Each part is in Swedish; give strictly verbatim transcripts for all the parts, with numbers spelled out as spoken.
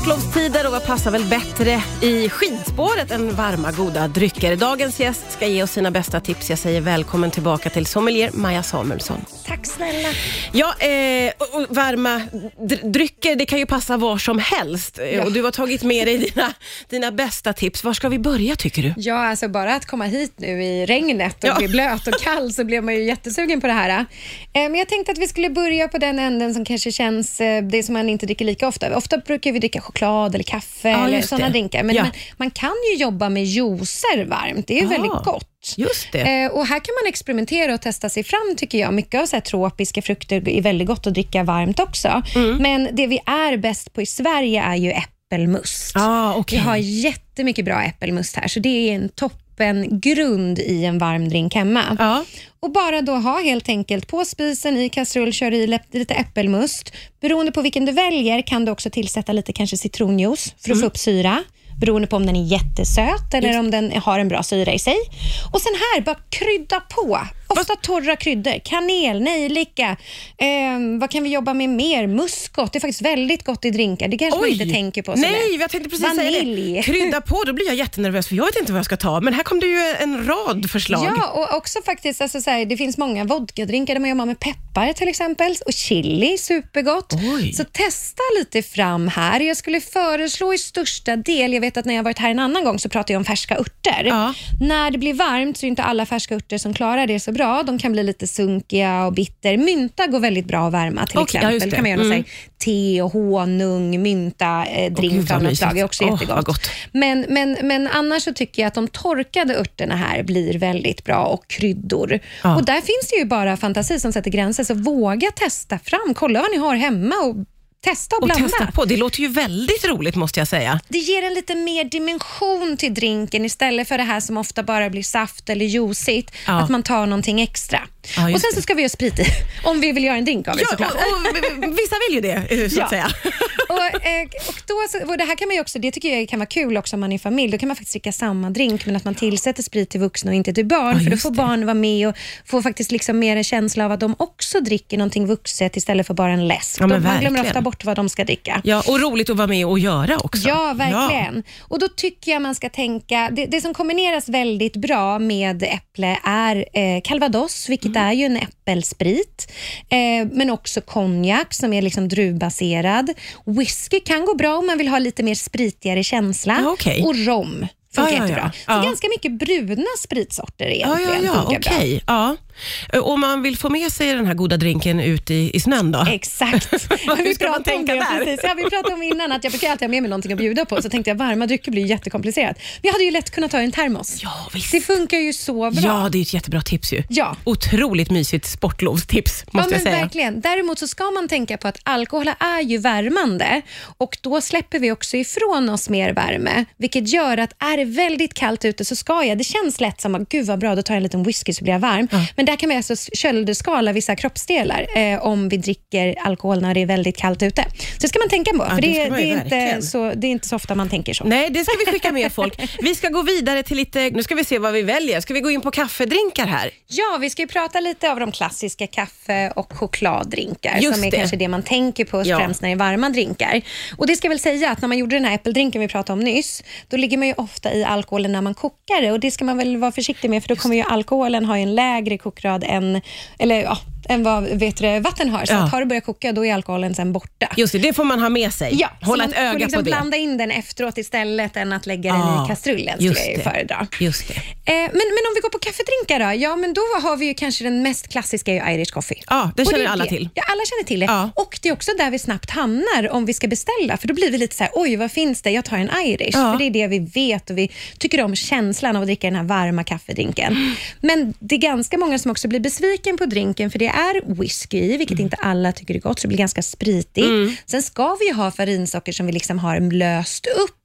sportlovstider och vad passar väl bättre i skidspåret än varma goda drycker. Dagens gäst ska ge oss sina bästa tips. Jag säger välkommen tillbaka till sommelier Maja Samuelsson. Tack snälla. Ja, eh, och, och varma dr- drycker, det kan ju passa var som helst. Ja. Och du har tagit med dig dina, dina bästa tips. Var ska vi börja tycker du? Ja, alltså bara att komma hit nu i regnet och ja. bli blöt och kall så blev man ju jättesugen på det här. Eh, men jag tänkte att vi skulle börja på den änden som kanske känns, eh, det som man inte dricker lika ofta. Ofta brukar vi dricka choklad eller kaffe ja, eller sådana drinkar. Men, ja. men man kan ju jobba med juicer varmt. Det är ju ja. väldigt gott. Just det. Eh, och här kan man experimentera och testa sig fram tycker jag. Mycket av så här tropiska frukter är väldigt gott att dricka varmt också. Mm. Men det vi är bäst på i Sverige är ju äppelmust. Ah, okay. Vi har jättemycket bra äppelmust här, så det är en toppen grund i en varm drink hemma. Ja. Och bara då ha helt enkelt på spisen i kastrull, kör i lite äppelmust. Beroende på vilken du väljer kan du också tillsätta lite kanske citronjuice för att mm. få upp syra. Beroende på om den är jättesöt eller Just. om den har en bra syra i sig. Och sen här, bara krydda på. Ofta torra kryddor. Kanel, nejlika. Eh, vad kan vi jobba med mer? Muskot. Det är faktiskt väldigt gott i drinkar. Det kanske Oj. man inte tänker på så Nej, lätt. jag tänkte precis Vanilj. säga det. Krydda på, då blir jag jättenervös för jag vet inte vad jag ska ta. Men här kom det ju en rad förslag. Ja, och också faktiskt, alltså, så här, det finns många vodka-drinkar där man jobbar med peppar till exempel. Och chili, supergott. Oj. Så testa lite fram här. Jag skulle föreslå i största del, jag vet att när jag varit här en annan gång så pratar jag om färska örter. Ja. När det blir varmt så är inte alla färska örter som klarar det så bra. De kan bli lite sunkiga och bitter. Mynta går väldigt bra att värma till okay, exempel. Ja, kan man göra mm. sig te och honung, mynta, eh, drink av något slag. Det är också oh, jättegott. Men, men, men annars så tycker jag att de torkade örterna här blir väldigt bra och kryddor. Ja. Och där finns det ju bara fantasi som sätter gränser. Så våga testa fram. Kolla vad ni har hemma och testa och blanda. Och testa på. Det låter ju väldigt roligt måste jag säga. Det ger en lite mer dimension till drinken istället för det här som ofta bara blir saft eller juicigt. Ja. Att man tar någonting extra. Ja, och sen så ska vi göra sprit i. Om vi vill göra en drink av det ja, såklart. Och, och, vissa vill ju det så att ja. säga. och, och, då, och det här kan man ju också, det tycker jag kan vara kul också om man är familj. Då kan man faktiskt dricka samma drink men att man tillsätter sprit till vuxna och inte till barn. Ja, för då får det. barn vara med och får faktiskt liksom mer en känsla av att de också dricker någonting vuxet istället för bara en läsk. Ja, de, man glömmer ofta bort vad de ska dricka. Ja, och roligt att vara med och göra också. Ja, verkligen. Ja. Och då tycker jag man ska tänka, det, det som kombineras väldigt bra med äpple är eh, calvados, vilket mm. är ju en äppelsprit. Eh, men också konjak som är liksom druvbaserad. Whisky kan gå bra om man vill ha lite mer spritigare känsla. Ja, okay. Och rom. funkar ja, ja, jättebra. Ja. Så ja. ganska mycket bruna spritsorter egentligen ja, ja, ja. funkar Okay. bra. Ja. Om man vill få med sig den här goda drinken ut i, i snön då? Exakt. Hur ska man tänka det, där? Precis. Ja, vi pratade om innan att jag brukar alltid ha med mig någonting att bjuda på, så tänkte jag varma drycker blir jättekomplicerat. Vi hade ju lätt kunnat ta en termos. Ja, visst. Det funkar ju så bra. Ja, det är ett jättebra tips ju. Ja. Otroligt mysigt sportlovstips måste ja, jag säga. Verkligen. Däremot så ska man tänka på att alkohol är ju värmande och då släpper vi också ifrån oss mer värme, vilket gör att är det väldigt kallt ute så ska jag, det känns lätt som att gud vad bra, då tar jag en liten whisky så blir jag varm. Ja. Men där kan vi alltså köldskala vissa kroppsdelar eh, om vi dricker alkohol när det är väldigt kallt ute. Så det ska man tänka på, ja, för det, det, det, är inte så, det är inte så ofta man tänker så. Nej, det ska vi skicka med folk. Vi ska gå vidare till lite, nu ska vi se vad vi väljer. Ska vi gå in på kaffedrinkar här? Ja, vi ska ju prata lite av de klassiska kaffe- och chokladdrinkar. Just som är det. kanske det man tänker på ja. främst när det är varma drinkar. Och det ska väl säga att när man gjorde den här äppeldrinken vi pratade om nyss, då ligger man ju ofta i alkoholen när man kokar det, och det ska man väl vara försiktig med, för då kommer ju alkoholen ha en lägre kokgrad än, eller ja, än vad vet du, vatten har. Så ja. att har du börjat koka, då är alkoholen sen borta. Just det, det får man ha med sig. Ja, hålla ett öga liksom på det. Blanda in den efteråt istället än att lägga den ah, i kastrullen, skulle jag ju föredra. Just det. Eh, men, men om vi går på kaffedrinkar då? Ja, men då har vi ju kanske den mest klassiska är Irish coffee. Ja, det känner det alla det. till. Ja, alla känner till det. Ja. Och det är också där vi snabbt hamnar om vi ska beställa. För då blir vi lite så här, oj vad finns det? Jag tar en Irish. Ja. För det är det vi vet och vi tycker om känslan av att dricka den här varma kaffedrinken. Mm. Men det är ganska många som också blir besviken på drinken, för det är whisky, vilket mm. inte alla tycker är gott, så det blir ganska spritigt. Mm. Sen ska vi ju ha farinsocker som vi liksom har löst upp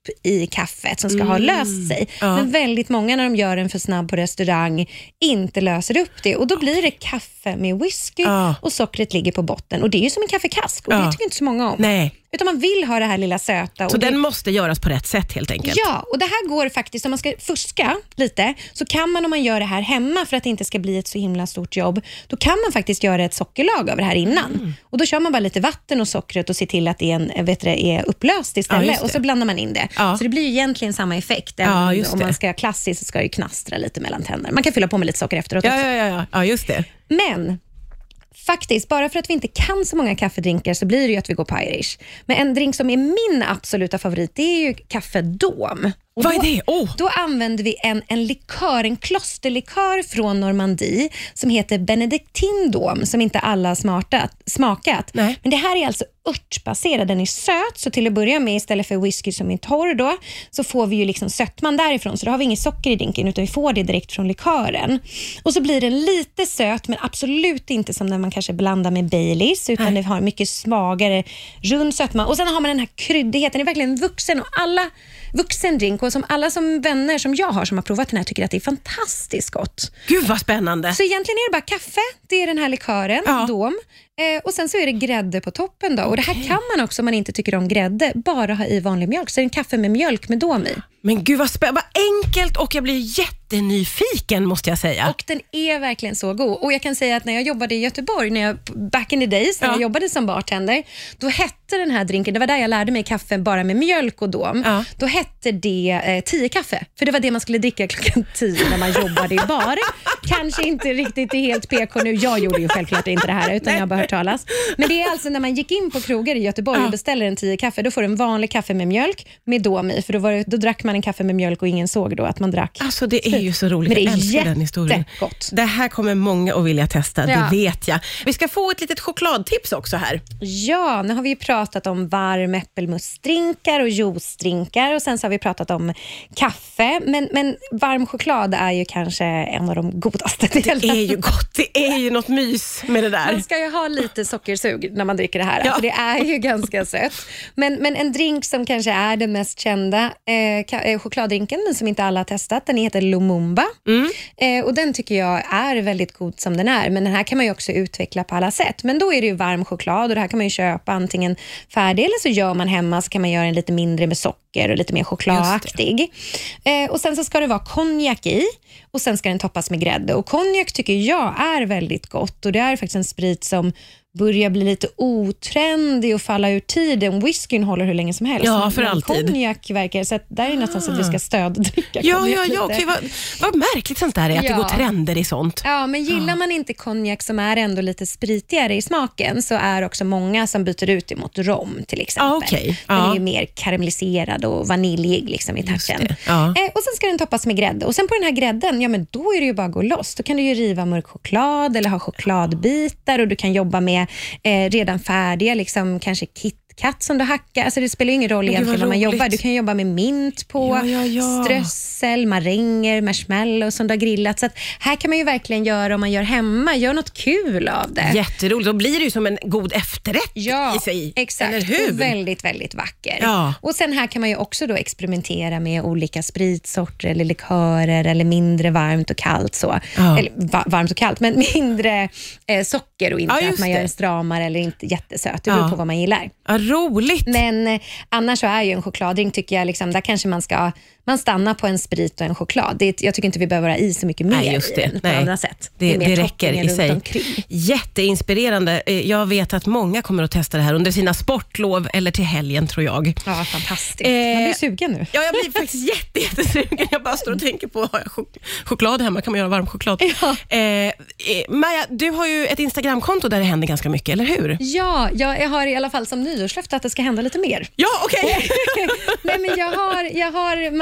i kaffet som ska Mm. ha löst sig. Ja. Men väldigt många när de gör den för snabb på restaurang inte löser upp det. Och då blir det kaffe med whisky Ja. och sockret ligger på botten. Och det är ju som en kaffekask och Ja. det tycker inte så många om. Nej. Utan man vill ha det här lilla söta. Så och det... den måste göras på rätt sätt helt enkelt. Ja, och det här går faktiskt, om man ska fuska lite, så kan man om man gör det här hemma för att det inte ska bli ett så himla stort jobb, då kan man faktiskt göra ett sockerlag över det här innan. Mm. Och då kör man bara lite vatten och sockret och ser till att det är, en, vet du, är upplöst istället. Ja, det. Och så blandar man in det. Ja. Så det blir ju egentligen samma effekt. Ja, just om det. man ska klassiskt så ska det ju knastra lite mellan tänderna. Man kan fylla på med lite socker efteråt Ja, också. ja, ja, ja. ja, just det. Men faktiskt, bara för att vi inte kan så många kaffedrinkar så blir det ju att vi går på Irish. Men en drink som är min absoluta favorit, det är ju kaffe Dom. Och Vad då, är det? Oh. Då använder vi en, en likör, en klosterlikör från Normandie som heter Benedictine Dom, som inte alla har smartat, smakat. Nej. Men det här är alltså örtbaserad, den är söt, så till att börja med istället för whisky som är torr då, så får vi ju liksom sötman därifrån, så då har vi inget socker i drinken utan vi får det direkt från likören. Och så blir den lite söt, men absolut inte som när man kanske blandar med Baileys, utan Nej. det har mycket svagare rund sötma. Och sen har man den här kryddigheten, det är verkligen vuxen och alla vuxen drink, och som alla som vänner som jag har som har provat den här tycker att det är fantastiskt gott. Gud vad spännande. Så egentligen är det bara kaffe, det är den här likören, Ja. Dom. Eh, och sen så är det grädde på toppen då. Och det här kan man också, om man inte tycker om grädde, bara ha i vanlig mjölk. Så det är en kaffe med mjölk med Dom i. Men gud vad spännande, vad enkelt, och jag blir jättenyfiken måste jag säga. Och den är verkligen så god. Och jag kan säga att när jag jobbade i Göteborg, när jag, back in the days, när Ja. jag jobbade som bartender, då hette den här drinken, det var där jag lärde mig kaffe bara med mjölk och Dom. Ja. Då hette det eh, tio kaffe. För det var det man skulle dricka klockan tio när man jobbade i bar. Kanske inte riktigt helt P K nu. Jag gjorde ju självklart inte det här, utan jag har bara hört talas. Men det är alltså när man gick in på krogar i Göteborg Ja. och beställer en tio kaffe, då får du en vanlig kaffe med mjölk med Dom i. För då, var det, då drack man en kaffe med mjölk och ingen såg då att man drack. Alltså det är ju så roligt, Men det är jag älskar den historien. jättegott. Det här kommer många att vilja testa, Ja. det vet jag. Vi ska få ett litet chokladtips också här. Ja, nu har vi ju pratat om varm äppelmustdrinkar och juicedrinkar och sen så har vi pratat om kaffe. Men, men varm choklad är ju kanske en av de godaste delarna. Det är ju gott, det är ju något mys med det där. Man ska ju ha lite sockersug när man dricker det här. Ja. För det är ju ganska sött. Men, men en drink som kanske är den mest kända eh, ka- eh, chokladdrinken, men som inte alla har testat, den heter Lumumba. Mm. Eh, och den tycker jag är väldigt god som den är. Men den här kan man ju också utveckla på alla sätt. Men då är det ju varm choklad och det här kan man ju köpa antingen färdig eller så gör man hemma, så kan man göra en lite mindre med socker och lite mer chokladaktig. Eh, och sen så ska det vara konjak i och sen ska den toppas med grädde. Och konjak tycker jag är väldigt gott och det är faktiskt en sprit som börjar bli lite otrendig och falla ur tiden. Whiskyn håller hur länge som helst. Ja, för men alltid. konjak verkar, så att där är nästan så att vi ska stöddricka Ja, konjak ja, ja, lite. okej, vad, vad märkligt sånt där är, att Ja. det går trender i sånt. Ja, men gillar man inte konjak som är ändå lite spritigare i smaken, så är också många som byter ut det mot rom till exempel. Ja, okej. Den Ja. är ju mer karamelliserad och vaniljig liksom i Just touchen. det, ja. Eh, och sen ska den toppas med grädde. Och sen på den här grädden, ja men då är det ju bara att gå loss. Då kan du ju riva mörk choklad eller ha chokladbitar och du kan jobba med eh, redan färdiga, liksom kanske KitKat som du hackar. Alltså det spelar ju ingen roll Men gud, egentligen vad vad man roligt. jobbar. Du kan jobba med mint på, Ja, ja, ja. strössel, maränger, marshmallows som du har grillat. Så att här kan man ju verkligen göra, om man gör hemma, gör något kul av det. Jätteroligt, då blir det ju som en god efterrätt Ja, i sig. exakt. Eller hur? Och väldigt, väldigt vacker. Ja. Och sen här kan man ju också då experimentera med olika spritsorter eller likörer eller mindre varmt och kallt. Så. Ja. Eller va- varmt och kallt, men mindre eh, socker och inte Ja, att just man gör det. en stramare eller inte jättesöt. Det beror Ja. på vad man gillar. Ja, roligt. Men eh, annars så är ju en chokladdrink, tycker jag, liksom, där kanske man ska man stannar på en sprit och en choklad. Det, jag tycker inte vi behöver ha i så mycket mer Nej, just det. i den på Nej. andra sätt. Det, är mer det räcker toppingar i runt sig. omkring. Jätteinspirerande. Eh, Jag vet att många kommer att testa det här under sina sportlov eller till helgen, tror jag. Ja, fantastiskt. Eh, Man blir sugen nu. Ja, jag blir faktiskt jätte, jättesugen. Jag bara står och tänker på, har jag chok- choklad hemma? Kan man göra varm choklad? Ja. Eh, eh, Maja, du har ju ett Instagramkonto där det händer ganska mycket, eller hur? Ja, jag, jag har i alla fall som nyårslöfte att det ska hända lite mer. Ja, okej. Nej, men jag har, jag har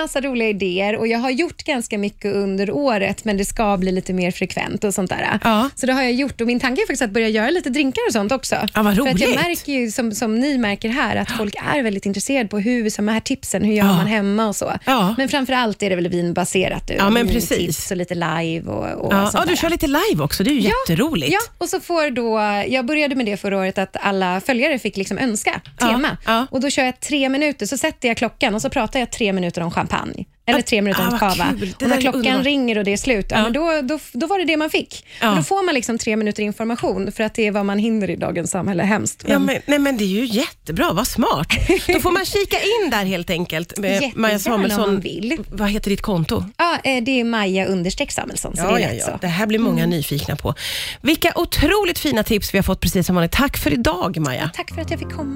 massa roliga idéer och jag har gjort ganska mycket under året, men det ska bli lite mer frekvent och sånt där. Ja. Så det har jag gjort och min tanke är faktiskt att börja göra lite drinkar och sånt också. Ja, vad För att jag roligt. märker ju, som, som ni märker här, att folk är väldigt intresserade på hur, som här tipsen, hur gör Ja. man hemma och så. Ja. Men framförallt är det väl vinbaserat. Ja, men Vintips precis. och lite live och, och Ja, sånt ja, du där. kör lite live också, det är ju Ja, jätteroligt. Ja, och så får då, jag började med det förra året, att alla följare fick liksom önska tema. Ja, ja. Och då kör jag tre minuter, så sätter jag klockan och så pratar jag tre minuter om champagne. Eller tre minuter ah, om vad kava. kul. Det Och när där är klockan underbart. ringer och det är slut, ja. Ja. men då, då, då var det det man fick. Ja. Och då får man liksom tre minuter information, för att det är vad man hinner i dagens samhälle. Hemskt. Ja, Men- men, nej, men det är ju jättebra, vad smart. Då får man kika in där helt enkelt med Jättegärna Maja om Samuelsson. man vill. Vad heter ditt konto? Ja, eh, det är Maja understreck Samuelsson, så Ja, det är ja, rätt ja. så. Det här blir många nyfikna på. Vilka otroligt fina tips vi har fått precis som vanligt. Tack för idag, Maja. Tack för att jag fick komma.